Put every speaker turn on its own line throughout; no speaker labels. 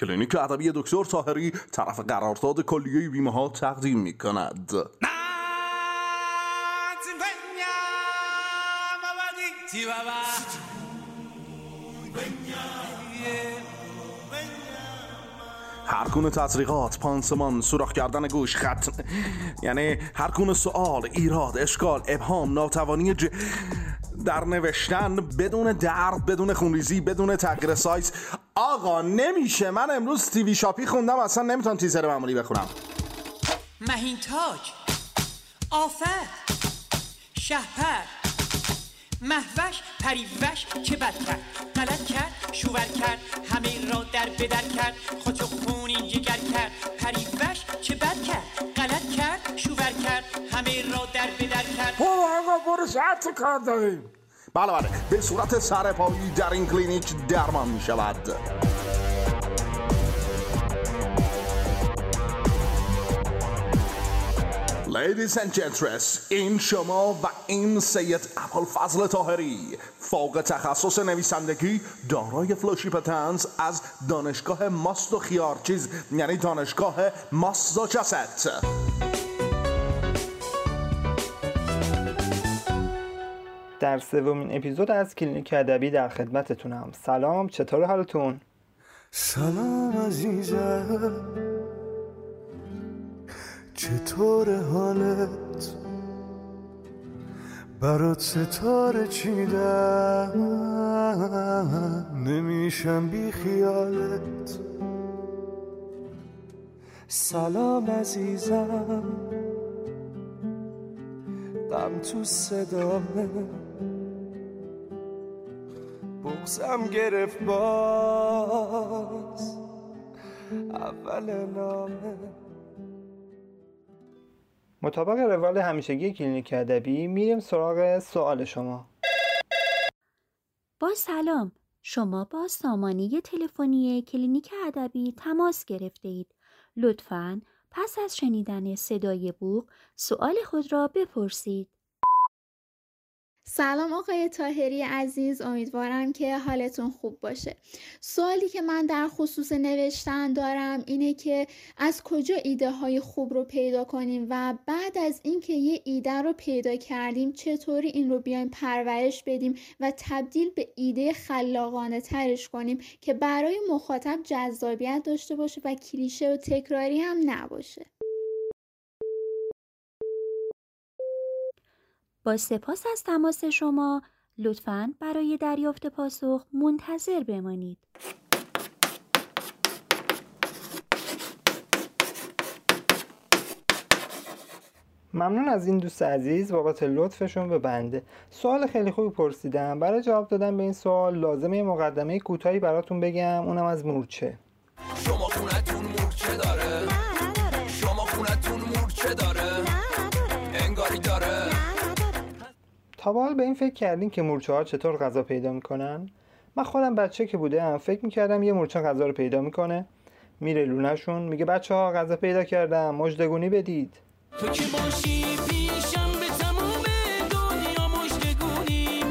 کلینیک ادبی دکتر طاهری طرف قرارداد کلیه بیمه ها تقدیم می‌کند. هر گونه تزریقات، پانسمان، سوراخ کردن گوش، یعنی هر گونه سوال، ایراد، اشکال، ابهام، ناتوانی در نوشتن بدون درد، بدون خونریزی، بدون تغییر سایز. آقا نمیشه. من امروز تیوی شاپی خوندم، اصلا نمیتونم تیزر معمولی بخونم.
مهین تاج، آفت، شهپر، مهوش، پریوش، چه بد کرد، غلط کرد، شوور کرد، همه را در بدر کرد، خودشو خونی جگر کرد. پریوش چه بد کرد، غلط کرد، شوور کرد، همه را در بدر کرد.
آقا برو ساعت کار داریم. بله به صورت سرپایی در این کلینیک درمان می شود. Ladies and gentlemen، این شما و این سید ابوالفضل طاهری، فوق تخصص نویسندگی، دارای فلوشیپ طنز از دانشگاه ماست و خیارچیز، یعنی دانشگاه ماست و جست.
در سومین اپیزود از کلینیک ادبی در خدمتتونم. سلام، چطور حالتون؟
سلام عزیزم، چطور حالت؟ برات ستاره چیدم، نمیشم بی خیالت. سلام عزیزم، غم تو صدامه، بغضم گرفت باز اول نامه.
مطابق روال همیشگی کلینیک ادبی میریم سراغ سوال شما.
با سلام، شما با سامانه تلفنی کلینیک ادبی تماس گرفته اید. لطفاً پس از شنیدن صدای بوق سوال خود را بپرسید.
سلام آقای طاهری عزیز، امیدوارم که حالتون خوب باشه. سوالی که من در خصوص نوشتن دارم اینه که از کجا ایده های خوب رو پیدا کنیم و بعد از اینکه یه ایده رو پیدا کردیم چطوری این رو بیایم پرورش بدیم و تبدیل به ایده خلاقانه ترش کنیم که برای مخاطب جذابیت داشته باشه و کلیشه و تکراری هم نباشه.
با سپاس از تماس شما، لطفاً برای دریافت پاسخ منتظر بمانید.
ممنون از این دوست عزیز بابت لطفشون به بنده. سوال خیلی خوبی پرسیدم. برای جواب دادن به این سوال لازمه یه مقدمه کوتاهی براتون بگم، اونم از مورچه.
شما خونتون مورچه داره؟ شما خونتون مورچه داره؟ انگاری داره؟
تا به حال به این فکر کردین که مورچه ها چطور غذا پیدا میکنن؟ من خودم بچه که بودم فکر میکردم یه مورچه غذا رو پیدا میکنه، میره لونه‌شون میگه بچه ها غذا پیدا کردم، مژدگونی بدید.
تو که باشی پیشم به تمام دنیا مژدگونی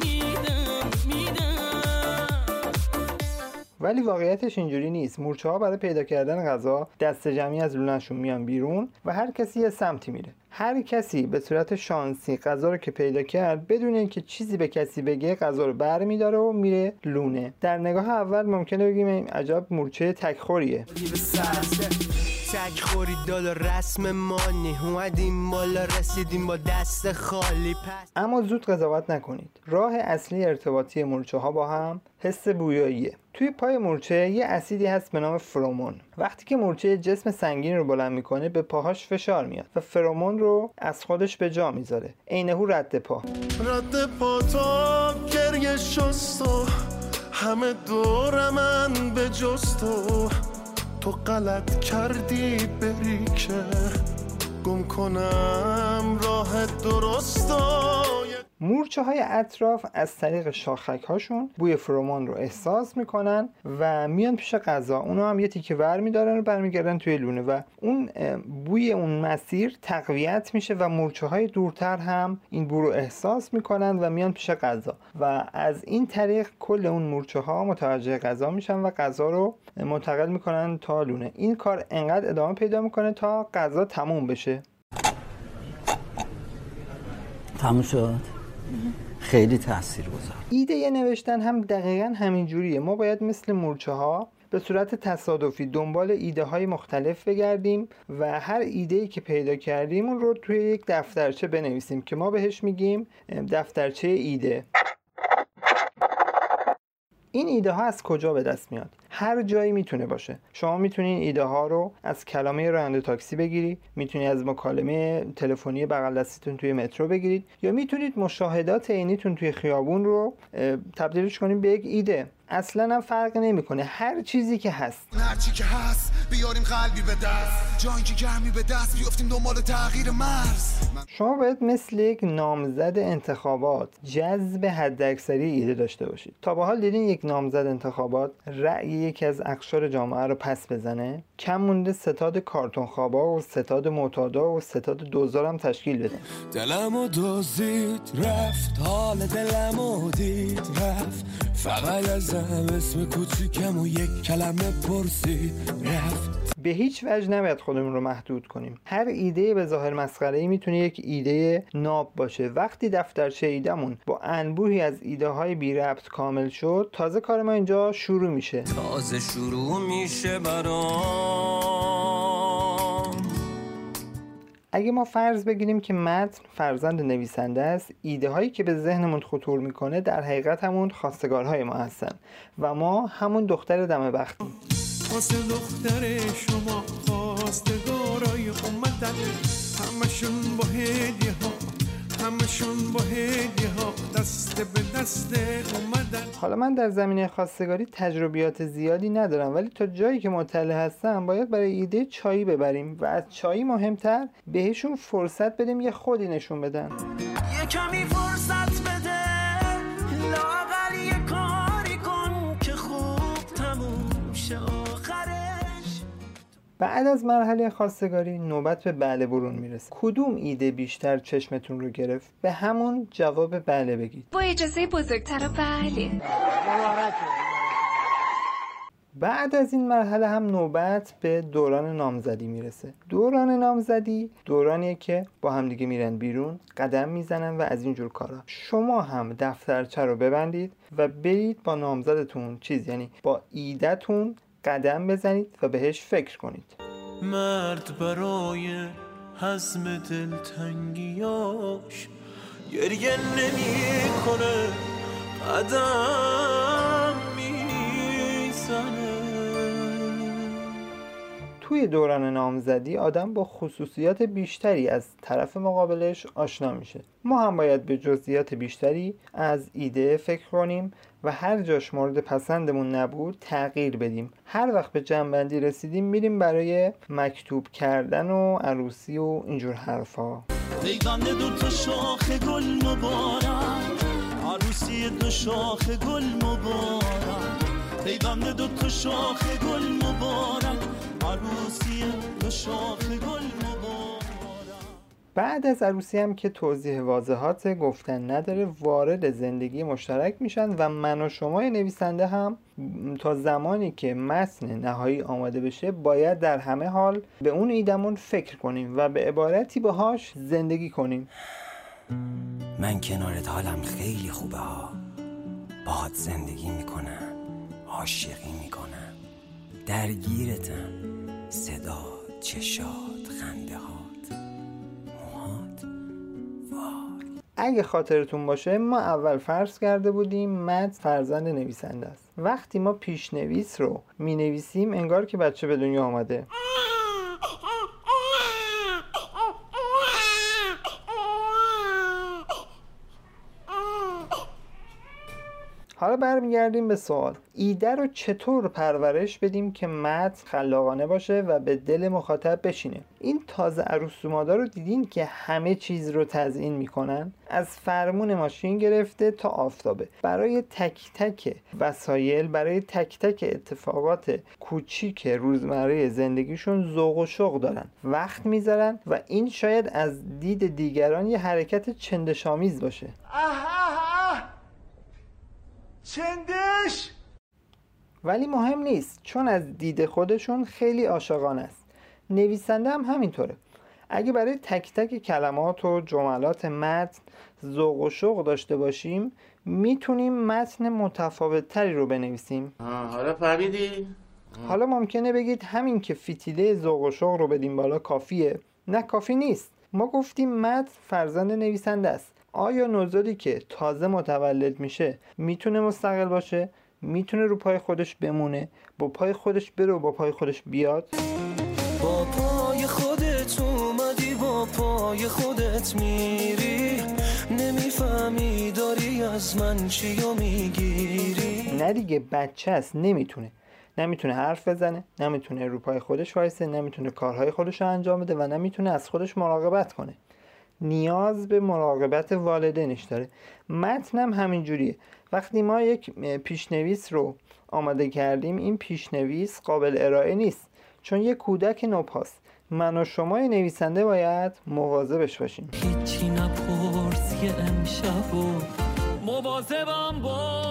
میدم.
ولی واقعیتش اینجوری نیست. مورچه ها برای پیدا کردن غذا دست جمعی از لونه‌شون میان بیرون و هر کسی یه سمتی میره. هر کسی به صورت شانسی غذا رو که پیدا کرد بدون اینکه چیزی به کسی بگه غذا رو برمی‌داره و میره لونه. در نگاه اول ممکنه بگیم عجب مورچه تک‌خوریه.
تک‌خوری دالا رسم مانی، اومدیم بالا رسیدیم با دست خالی. پس
اما زود قضاوت نکنید. راه اصلی ارتباطی مورچه ها با هم حس بویاییه. توی پای مورچه یه اسیدی هست به نام فرامون. وقتی که مورچه جسم سنگین رو بلند میکنه به پاهاش فشار میاد و فرامون رو از خودش به جا میذاره. عینه‌هو رد پا.
رد پا تو گریه شستو، همه دور من به جستو. تو غلط کردی بری که گم کنم راه درستو.
مورچه های اطراف از طریق شاخک هاشون بوی فرمان رو احساس میکنن و میان پیش غذا، اونا هم یه تیکه ور میدارن و برمیگردن توی لونه و اون بوی اون مسیر تقویت میشه و مورچه های دورتر هم این بو رو احساس میکنن و میان پیش غذا و از این طریق کل اون مورچه ها متوجه غذا میشن و غذا رو منتقل میکنن تا لونه. این کار انقدر ادامه پیدا میکنه تا غذا تموم بشه.
تموم شد. خیلی تاثیرگذار.
ایده نوشتن هم دقیقاً همین جوریه. ما باید مثل مورچه ها به صورت تصادفی دنبال ایده های مختلف بگردیم و هر ایده‌ای که پیدا کردیم اون رو توی یک دفترچه بنویسیم که ما بهش میگیم دفترچه ایده. این ایده ها از کجا به دست میاد؟ هر جایی میتونه باشه. شما میتونین ایده ها رو از کلمه راننده تاکسی بگیری، میتونید از مکالمه تلفنی بغل دستیتون توی مترو بگیرید، یا میتونید مشاهدات عینیتون توی خیابون رو تبدیلش کنید به یک ایده. اصلا هم فرق نمیکنه، هر چیزی که هست.
هر چی که هست بیاریم قلبی به دست، جایی که گرمی به دست بیافتیم دنبال تغییر مرز.
شما باید مثل یک نامزد انتخابات جذب حداکثری ایده داشته باشید. تا به حال دیدین یک نامزد انتخابات رأی یکی از اقشار جامعه رو پس بزنه؟ کم مونده ستاد کارتون خوابا و ستاد معتادا و ستاد دوزار هم تشکیل بده.
دلمو دزدید رفت، حال دلمو دید رفت، فقط ازم اسم کوچیکم و یک کلمه پرسید رفت.
به هیچ وجه نباید خودمون رو محدود کنیم. هر ایده به ظاهر مسخره‌ای میتونه یک ایده ناب باشه. وقتی دفترچه ایده‌مون با انبوهی از ایده های بی ربط کامل شد، تازه کار ما اینجا شروع میشه.
تازه شروع میشه برام.
اگه ما فرض بگیریم که متن فرزند نویسنده است، ایده هایی که به ذهنمون خطور میکنه در حقیقت همون خواستگارهای ما هستن و ما همون دختر دم بختیم.
واسه دختر شما خواستگارای اومدن، همشون با هدیه ها، همشون با هدیه ها دست به دست اومدن.
حالا من در زمینه خواستگاری تجربیات زیادی ندارم، ولی تا جایی که مطلع هستم باید برای ایده چایی ببریم و از چایی مهمتر بهشون فرصت بدیم یه خودی نشون بدن.
یه کمی فرصت بده، لااقل یه کاری کن که خوب تموم شه آخرش.
بعد از مرحله خواستگاری نوبت به بله برون میرسه. کدوم ایده بیشتر چشمتون رو گرفت؟ به همون جواب بله بگید.
با اجازه بزرگتر بله.
بعد از این مرحله هم نوبت به دوران نامزدی میرسه. دوران نامزدی دورانیه که با همدیگه میرن بیرون، قدم میزنن و از اینجور کارا. شما هم دفترچه رو ببندید و برید با نامزدتون یعنی با ایده‌تون قدم بزنید و بهش فکر کنید.
مرد برای هضم دلتنگیاش گریه نمی کنه، قدم میزنه.
توی دوران نامزدی آدم با خصوصیات بیشتری از طرف مقابلش آشنا میشه. ما هم باید به جزئیات بیشتری از ایده فکر کنیم و هر جاش مورد پسندمون نبود تغییر بدیم. هر وقت به جمع‌بندی رسیدیم میریم برای مکتوب کردن و عروسی و اینجور حرفا.
پیوند دو تا شاخ گل مبارک، عروسی دو شاخ گل مبارک، پیوند دو تا شاخ گل مبارک، عروسی دو شاخ گل مبارک.
بعد از عروسی هم که توضیح واضحات گفتن نداره، وارد زندگی مشترک میشن و من و شما نویسنده هم تا زمانی که متن نهایی آماده بشه باید در همه حال به اون ایدمون فکر کنیم و به عبارتی باهاش زندگی کنیم.
من کنارت حالم خیلی خوبه ها، باهات زندگی میکنم، عاشقی میکنم، درگیرتم، صدا، چشات، خنده هات، موهات، وای.
اگه خاطرتون باشه ما اول فرض کرده بودیم متن فرزند نویسنده است. وقتی ما پیشنویس رو می نویسیم انگار که بچه به دنیا آمده. حالا حالا برمیگردیم به سوال، ایده رو چطور پرورش بدیم که متن خلاقانه باشه و به دل مخاطب بشینه؟ این تازه عروس‌دومادا رو دیدین که همه چیز رو تزیین میکنن، از فرمون ماشین گرفته تا آفتابه. برای تک تک وسایل، برای تک تک اتفاقات کوچیک روزمره زندگیشون ذوق و شوق دارن، وقت میذارن و این شاید از دید دیگران یه حرکت چندش‌آمیز باشه.
چندش!
ولی مهم نیست، چون از دید خودشون خیلی عاشقانه است. نویسنده هم همینطوره. اگه برای تک تک کلمات و جملات متن ذوق و شوق داشته باشیم، میتونیم متن متفاوت تری رو بنویسیم.
حالا فهمیدی؟
حالا ممکنه بگید همین که فتیله ذوق و شوق رو بدیم بالا کافیه. نه، کافی نیست. ما گفتیم متن فرزند نویسنده است. آیا نوزادی که تازه متولد میشه میتونه مستقل باشه؟ میتونه رو پای خودش بمونه؟ با پای خودش بره و با پای خودش بیاد؟
با پای خودت اومدی، با پای خودت میری، نمیفهمی داری از من چیو میگیری.
نه دیگه، بچه است، نمیتونه حرف بزنه، نمیتونه رو پای خودش وایسه، نمیتونه کارهای خودش رو انجام بده و نمیتونه از خودش مراقبت کنه. نیاز به مراقبت والدینش داره. متن هم همین جوریه. وقتی ما یک پیشنویس رو آماده کردیم، این پیشنویس قابل ارائه نیست، چون یک کودک نوپاست. من و شما نویسنده باید مواظبش باشیم.
هیچی نپرس یه امشب و مواظبم با.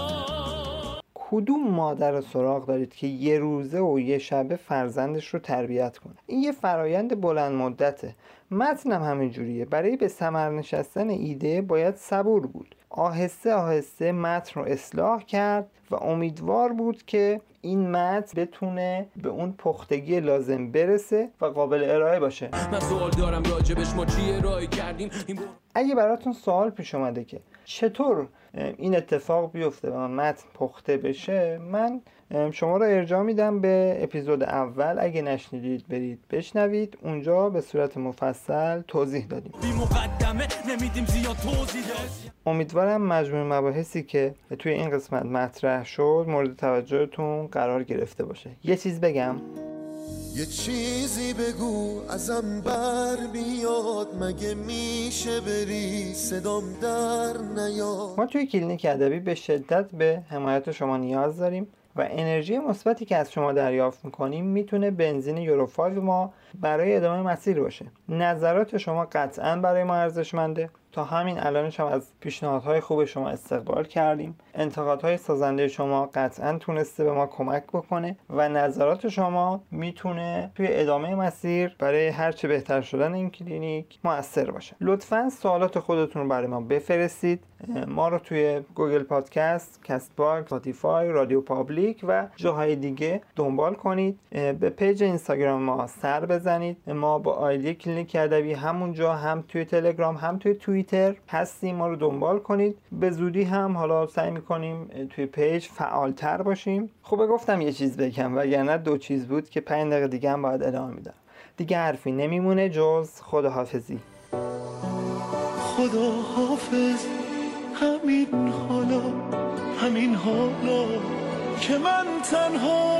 کدوم مادر رو سراغ دارید که یه روزه و یه شبه فرزندش رو تربیت کنه؟ این یه فرایند بلند مدته. متن هم همین جوریه. برای به ثمر نشستن ایده باید صبور بود. آهسته آهسته متن رو اصلاح کرد و امیدوار بود که این متن بتونه به اون پختگی لازم برسه و قابل ارائه باشه.
من سوال دارم راجبش، ما چی ارائه کردیم؟
اگه براتون سوال پیش اومده که چطور این اتفاق بیفته و متن پخته بشه، من شما رو ارجاع میدم به اپیزود اول. اگه نشنیدید برید بشنوید، اونجا به صورت مفصل توضیح دادیم.
بی مقدمه نمیدیم زیاد توضیح.
امیدوارم مجموع مباحثی که توی این قسمت مطرح شد مورد توجهتون قرار گرفته باشه. یه چیز بگم،
یه چیزی بگو ازم بر بیاد، مگه میشه بری صدام در نیاد.
ما توی کلینیک ادبی به شدت به حمایت شما نیاز داریم و انرژی مثبتی که از شما دریافت میکنیم میتونه بنزین یورو 5 ما برای ادامه مسیر باشه. نظرات شما قطعاً برای ما ارزشمنده. تا همین الانش هم از پیشنهادهای خوب شما استقبال کردیم. انتقادهای سازنده شما قطعاً تونسته به ما کمک بکنه و نظرات شما میتونه توی ادامه مسیر برای هر چه بهتر شدن این کلینیک مؤثر باشه. لطفاً سوالات خودتون رو برای ما بفرستید. ما رو توی گوگل پادکست، کست باکس، اسپاتیفای، رادیو پابلیک و جاهای دیگه دنبال کنید. به پیج اینستاگرام ما سر بزنید. ما با آیدی کلینیک ادبی همونجا هم توی تلگرام هم توی توییتر هستیم. ما رو دنبال کنید. به زودی هم حالا سعی می‌کنیم توی پیج فعالتر باشیم. خوبه گفتم یه چیز بگم، وگرنه 2 چیز بود که 5 دقیقه دیگه هم باید ادامه میدم. دیگه حرفی نمیمونه جز خداحافظی.
خداحافظ، همین حالا که من تنها.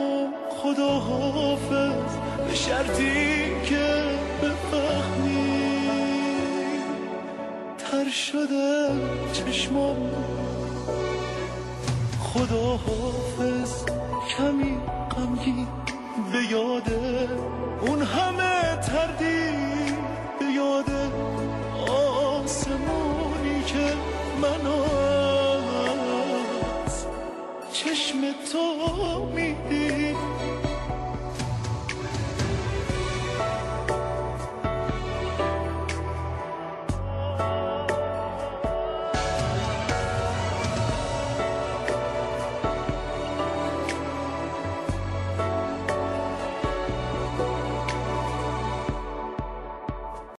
خداحافظ به شرطی که بفهمی تر شده چشمام. خداحافظ کمی غمگین، به یاده اون همه تردید، به یاده آسمونی که منو